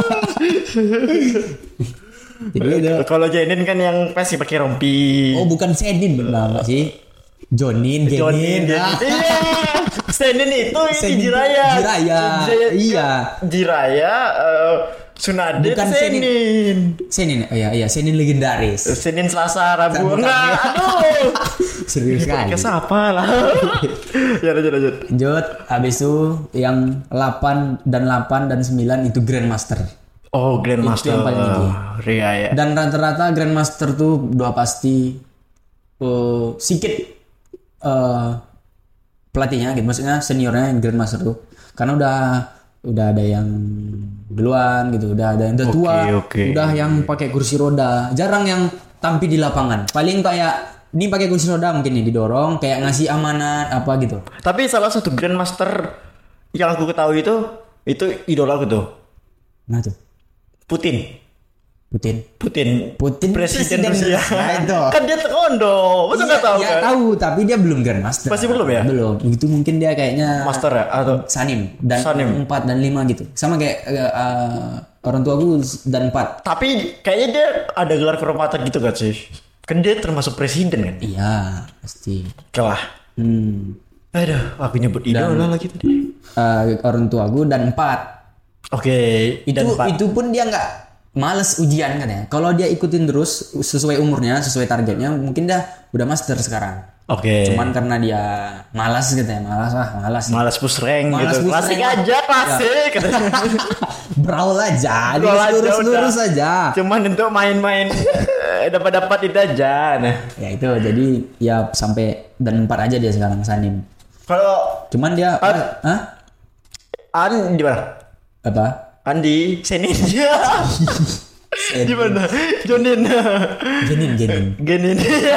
Jadi kalau Jenin kan yang pasti pakai rompi. Oh, bukan Senin benar sih. Jonin. Iya. Senin itu Jiraya. Iya. Jiraya Sunade bukan Senin. Oh iya, Senin legendaris. Senin Selasa Rabu. Enggak, aduh. Serius kan? Siapa lah. Ya lanjut. Habis itu yang 8 dan 9 itu Grandmaster. Oh, Grandmaster. Itu yang paling tinggi. Ya. Dan rata-rata Grandmaster tuh udah pasti sedikit pelatihnya gitu. Maksudnya seniornya Grandmaster tuh. Karena udah ada yang duluan gitu, udah ada yang tua, udah yang pakai kursi roda. Jarang yang tampil di lapangan. Paling kayak ini pakai kursi roda mungkin nih didorong kayak ngasih amanat apa gitu. Tapi salah satu Grandmaster yang aku ketahui itu idola aku tuh. Nah tuh. Putin Presiden Rusia. Nah, itu. Kan dia taekwondo. Masa enggak tahu kan? Tahu, tapi dia belum Grandmaster. Masih belum ya? Belum. Itu mungkin dia kayaknya master ya atau Sanim dan 4 dan 5 gitu. Sama kayak orang tua aku dan 4. Tapi kayaknya dia ada gelar kehormatan gitu kan sih. Kan dia termasuk presiden kan? Iya, pasti. Kalah. Aduh, aku nyebut idola lagi tadi. Orang tua aku dan 4. Oke. Itu pun dia enggak males ujian katanya. Kalau dia ikutin terus sesuai umurnya, sesuai targetnya, mungkin dah udah master sekarang. Oke. Cuman karena dia malas katanya, malas push rank gitu. Klasik aja, klasik. Brawl aja, lurus aja. Cuman untuk main-main dapat itu aja. Nah, ya itu jadi ya sampai dan 4 aja dia sekarang Sanim. Kalau cuman dia di mana? Apa? Andi Senin. Di mana? Jonin. Genin.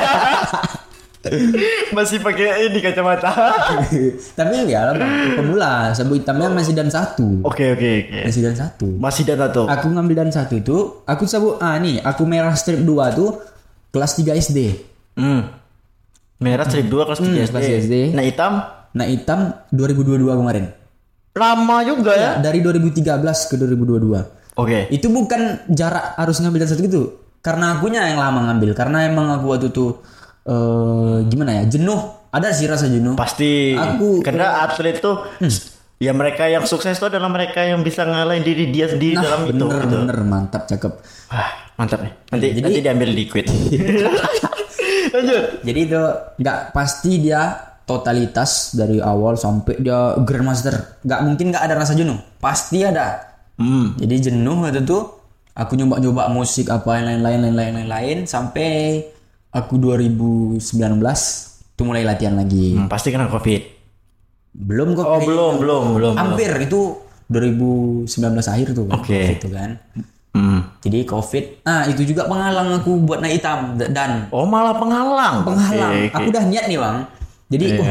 Masih pakai ini kacamata. Tapi ya pemula, sabuk hitamnya masih dan 1. Oke. Masih dan 1. Aku ngambil dan 1 itu, aku sabuk aku merah strip 2 tuh kelas 3 SD. Merah strip 2 kelas 3 SD. Nah hitam 2022 kemarin. Lama juga ya? Dari 2013 ke 2022. Oke. Itu bukan jarak harus ngambil dan 1 gitu. Karena akunya yang lama ngambil. Karena emang aku waktu itu gimana ya? Jenuh. Ada sih rasa jenuh. Pasti. Karena atlet tuh ya mereka yang sukses itu adalah mereka yang bisa ngalahin diri dia sendiri dalam itu. Bener, mantap, cakep. Mantap nih. Nanti diambil liquid. Lanjut. Jadi itu nggak pasti dia totalitas dari awal sampai dia Grandmaster. Nggak mungkin nggak ada rasa jenuh. Pasti ada. Jadi jenuh itu tuh aku nyoba musik apa yang lain sampai aku 2019 tuh mulai latihan lagi. Pasti kena Covid. Belum kok. Oh, belum. Hampir itu 2019 akhir tuh. Oke. Gitu kan. Jadi Covid. Itu juga penghalang aku buat naik hitam dan. Oh, malah penghalang. Okay. Aku udah niat nih, Bang. Jadi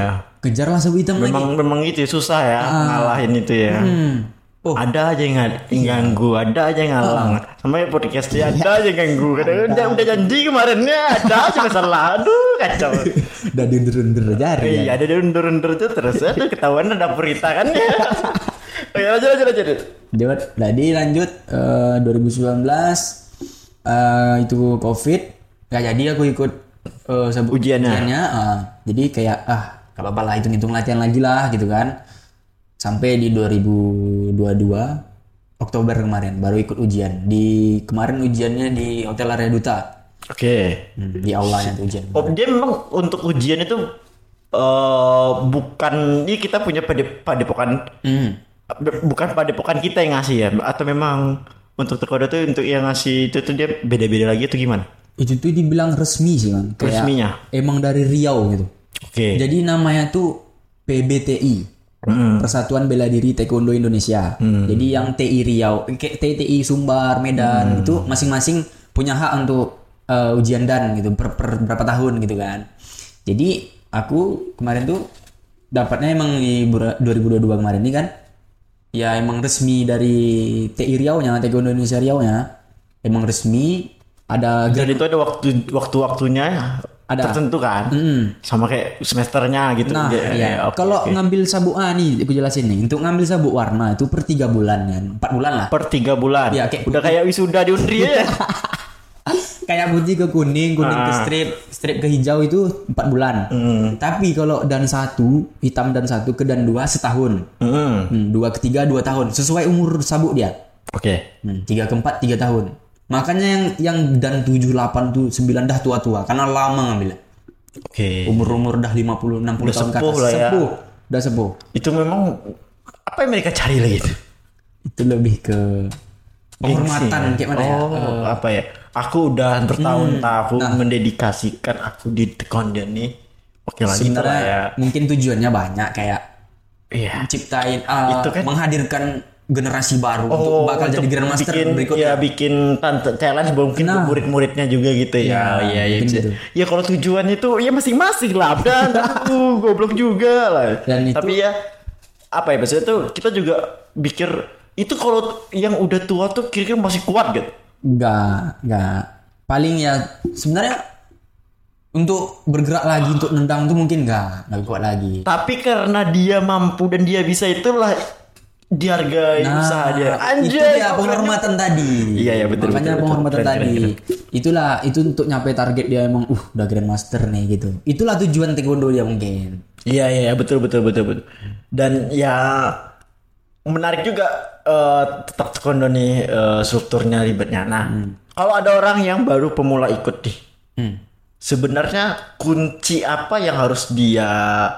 kejarlah sabu hitam lagi. Memang itu susah ya ngalahin itu ya. Ada aja yang ganggu, ada aja yang ngalang. Sama podcast dia ada aja yang ganggu. Kadang udah janji kemarinnya ada aja masalah. Aduh kacau. Udah diundur-undur jari. Iya, ada diundur-undur terus. Aduh ketahuan ada berita kan ya. Oke, lanjut. Jadi lanjut 2019 itu COVID. Gak jadi aku ikut ujiannya. Jadi kayak gak apa-apa lah, hitung-hitung latihan lagi lah gitu kan. Sampai di 2022 Oktober kemarin baru ikut ujian. Kemarin ujiannya di Hotel Area Duta. Oke. Di aulanya tuh ujian. Dia memang untuk ujian itu bukan ini kita punya padepokan. Bukan padepokan kita yang ngasih ya, atau memang untuk taekwondo tuh untuk yang ngasih itu tuh dia beda-beda lagi atau gimana? Itu tuh dibilang resmi sih kan. Resminya. Emang dari Riau gitu. Oke. Jadi namanya tuh PBTI. Persatuan Bela Diri Taekwondo Indonesia. Jadi yang TI Riau, TI Sumbar, Medan itu masing-masing punya hak untuk ujian dan gitu per berapa tahun gitu kan. Jadi aku kemarin tuh dapatnya emang di 2022 kemarin ini kan. Ya emang resmi dari TI Riau-nya, Taekwondo Indonesia Riau-nya. Emang resmi ada dan itu ada waktu-waktunya ada tertentu kan, sama kayak semesternya gitu. Nah, iya. Kalau ngambil sabuk nih, aku jelasin nih. Untuk ngambil sabuk warna itu per 3 bulan kan, 4 bulan lah. Per 3 bulan. Ya, udah kayak wisuda di Undri ya. Kayak putih ke kuning ke strip ke hijau itu 4 bulan. Tapi kalau dan 1, hitam dan 1 ke dan 2 setahun. 2 ke 3 2 tahun. Sesuai umur sabuk dia. Oke. 3 ke 4 3 tahun. Makanya yang dan 7, 8, 9 dah tua-tua karena lama ngambilnya. Oke. Umur dah 50, 60 udah tahun ke atas. Ya. Udah sepuh. Itu memang apa yang mereka cari lagi itu? Itu lebih ke penghormatan kayak mana ya? Apa ya? Aku udah bertahun-tahun mendedikasikan aku di taekwondo nih. Oke lah gitu lah ya. Mungkin tujuannya banyak kayak ciptain itu kan menghadirkan generasi baru untuk bakal jadi grandmaster berikutnya. Ya bikin challenge mungkin untuk murid-muridnya juga gitu ya. Iya gitu. Ya kalau tujuan itu ya masing-masing lah. Dan goblok juga lah. Tapi ya apa ya maksudnya tuh kita juga pikir itu kalau yang udah tua tuh kira-kira masih kuat gitu. Enggak. Paling ya sebenarnya untuk bergerak lagi untuk nendang tuh mungkin enggak kuat lagi. Tapi karena dia mampu dan dia bisa itulah dihargai usaha dia. Anjay, itu ya penghormatan tadi. Iya betul. Makanya penghormatan tadi. Itulah itu untuk nyampe target dia emang udah grandmaster nih gitu. Itulah tujuan taekwondo dia mungkin. Iya betul. Dan ya menarik juga tetap taekwondo nih strukturnya ribetnya. Nah, kalau ada orang yang baru pemula ikut nih. Sebenarnya kunci apa yang harus dia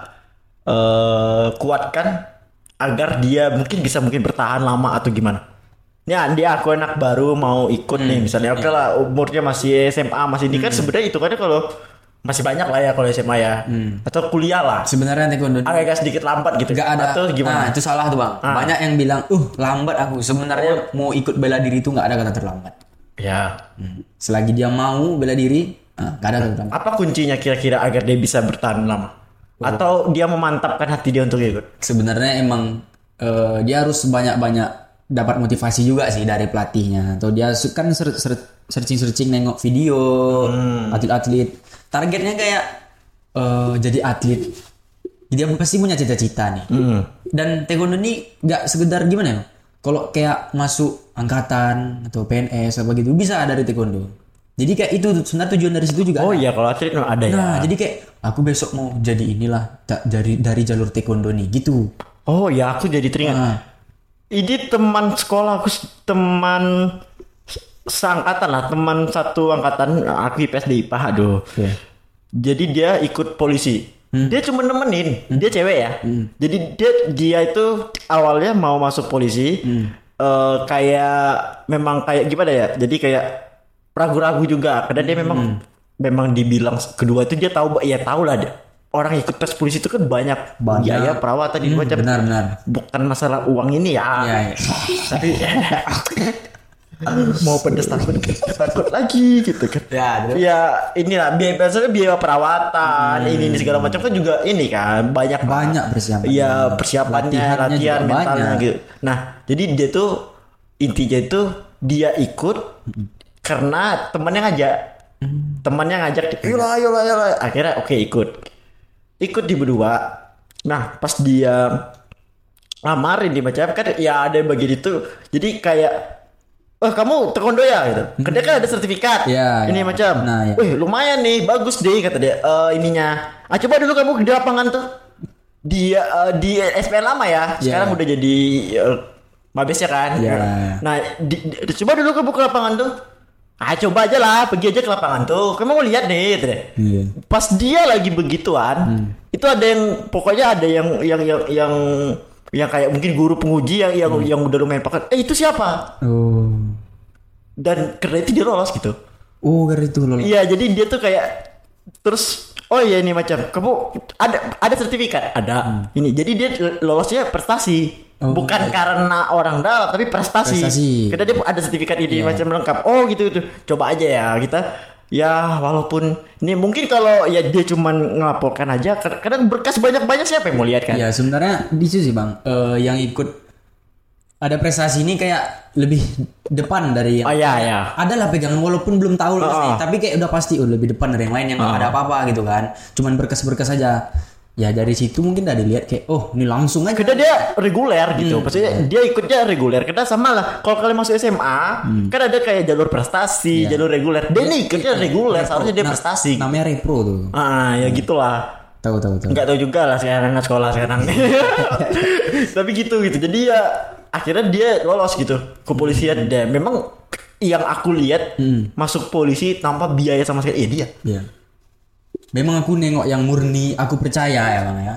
kuatkan agar dia mungkin bertahan lama atau gimana? Ya, aku anak baru mau ikut nih misalnya. Oke lah, umurnya masih SMA, masih ini kan sebenarnya itu kan kalau masih banyak lah ya kalau SMA ya. Atau kuliah lah. Sebenarnya taekwondo agak sedikit lambat gitu. Gak ada. Atau gimana? Itu salah tuh, Bang. Banyak yang bilang, lambat aku. Sebenarnya mau ikut bela diri itu gak ada kata terlambat. Ya. Selagi dia mau bela diri, gak ada kata terlambat. Apa kuncinya kira-kira agar dia bisa bertahan lama? Atau dia memantapkan hati dia untuk ikut? Sebenarnya emang dia harus banyak-banyak dapat motivasi juga sih dari pelatihnya. Atau dia kan searching nengok video atlet-atlet. Targetnya kayak jadi atlet. Dia pasti punya cita-cita nih. Dan taekwondo ini gak sekedar gimana ya? Kalau kayak masuk angkatan atau PNS apa gitu bisa dari taekwondo. Jadi kayak itu sebenarnya tujuan dari situ juga. Iya kalau atlet ada ya. Nah jadi kayak aku besok mau jadi inilah dari jalur taekwondo nih gitu. Oh ya aku jadi teringat. Ini teman sekolah aku, teman seangkatan lah, teman satu angkatan aku IPS di IPA. Jadi dia ikut polisi. Dia cuma nemenin. Dia cewek ya. Jadi dia itu awalnya mau masuk polisi. Kayak memang kayak gimana ya? Jadi kayak ragu-ragu juga karena dia memang dibilang kedua itu dia tahu lah dia. Orang ikut tes polisi itu kan banyak biaya perawatan di macam. Benar. Bukan masalah uang ini ya. Iya. Tapi Mau pedes takut lagi gitu kan. Ya inilah biaya perawatan ini segala macam kan juga ini kan banyak persiapan. Iya, persiapannya, latihan mentalnya gitu. Nah, jadi dia tuh intinya itu dia ikut karena temannya ngajak. Yolah. Akhirnya oke, ikut di berdua. Nah, pas dia lamarin di macam kan ya ada yang bagian itu. Jadi kayak kamu taekwondo ya gitu. Karena kan ada sertifikat. Ini macam. Nah, wih, lumayan nih, bagus deh kata dia. Ininya. Coba dulu kamu di lapangan tuh. Dia di SPN lama ya. Sekarang udah jadi Mabes ya kan. Nah, coba dulu kamu ke lapangan tuh. Coba aja lah, pergi aja ke lapangan tuh. Kamu mau lihat deh gitu deh. Pas dia lagi begituan, itu ada yang pokoknya ada yang kayak mungkin guru penguji yang udah lumayan pakat. Itu siapa? Dan karena itu dia lolos gitu. Karena itu lolos. Iya, jadi dia tuh kayak terus iya ini macam kamu ada sertifikat, ada. Ini jadi dia lolosnya prestasi. Bukan karena orang dalam tapi prestasi. Karena dia ada sertifikat ini macam lengkap. Gitu. Coba aja ya kita. Ya walaupun ini mungkin kalau ya dia cuman ngelaporkan aja, kadang berkas banyak siapa yang mau lihat kan? Ya sebenarnya itu sih bang, yang ikut ada prestasi ini kayak lebih depan dari yang adalah pegangan walaupun belum tahu nih, tapi kayak udah pasti lebih depan dari yang lain yang nggak ada apa-apa gitu kan, cuman berkas aja. Ya dari situ mungkin udah dilihat kayak ini langsung aja. Karena dia reguler gitu. Maksudnya dia ikutnya reguler. Karena sama lah. Kalau kalian masuk SMA kan ada kayak jalur prestasi, jalur reguler. Dia nih ikutnya reguler. Seharusnya dia prestasi. Namanya repro tuh. Ya gitulah. Tahu. Enggak tahu juga lah sekarang sekolah sekarang. Tapi gitu. Jadi ya akhirnya dia lolos gitu kepolisian. Dan memang yang aku lihat masuk polisi tanpa biaya sama sekali dia. Iya. Memang aku nengok yang murni, aku percaya ya bang ya.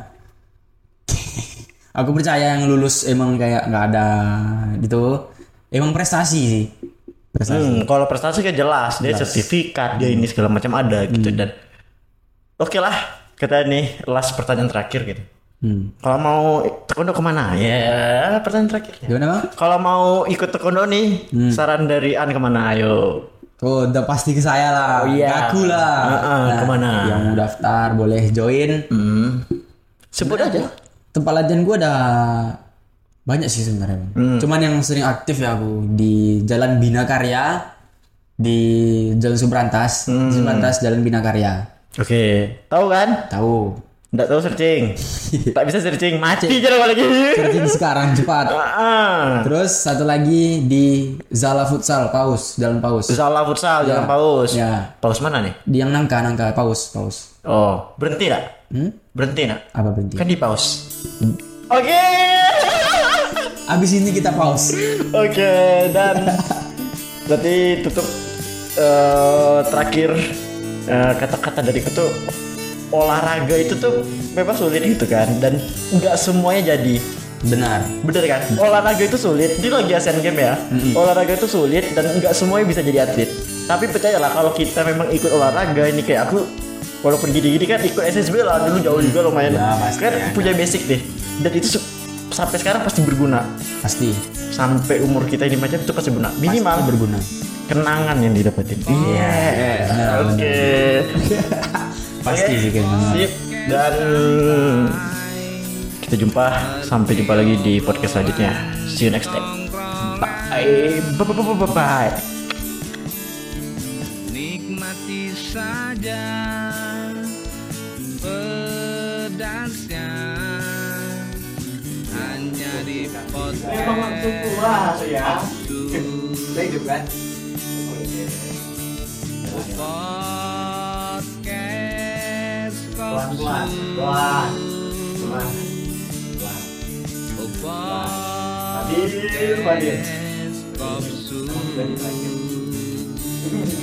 Aku percaya yang lulus emang kayak nggak ada gitu. Emang prestasi sih. Kalau prestasi kan jelas, dia sertifikat, dia ini segala macam ada gitu. Dan oke lah, kita nih last pertanyaan terakhir gitu. Kalau mau taekwondo kemana? Ya pertanyaan terakhir. Gimana bang? Kalau mau ikut taekwondo nih, saran dari An kemana? Ayo. Udah pasti ke saya lah. Aku lah. Kemana? Yang mau daftar boleh join. Sebut aja. Tempat latihan gue ada banyak sih sebenarnya. Cuman yang sering aktif ya aku di Jalan Bina Karya, di Jalan Subrantas, Jalan Bina Karya. Oke, tahu kan? Tahu. Nggak tahu searching. Tak bisa searching, mati jalan lagi. Searching sekarang cepat. Terus satu lagi di Zala Futsal Paus, Jalan Paus. Zala Futsal Jalan Paus. Ya. Paus mana nih? Di yang nangka Paus. Berhenti enggak? Berhenti enggak? Apa berhenti? Kan di Paus. Oke. Abis ini kita pause. Oke, dan berarti tutup terakhir kata-kata dari itu olahraga itu tuh memang sulit gitu kan, dan nggak semuanya jadi. Bener kan? Olahraga itu sulit. Ini lagi Asian Games ya. Olahraga itu sulit dan nggak semuanya bisa jadi atlet. Tapi percayalah kalau kita memang ikut olahraga ini, kayak aku walaupun gini-gini kan ikut SSB lah dulu, jauh juga lumayan. Kan punya basic deh. Dan itu sampai sekarang pasti berguna. Pasti. Sampai umur kita ini macam itu pasti berguna. Minimal pasti berguna. Kenangan yang didapetin. Oke. Pasti sih kayaknya. Sip. Dan kita sampai jumpa lagi di podcast selanjutnya. See you next time. Bye. Nikmati saja pedasnya, hanya di podcast. Langsung puas ya. Udah hidup kan? Pelan. Hadir.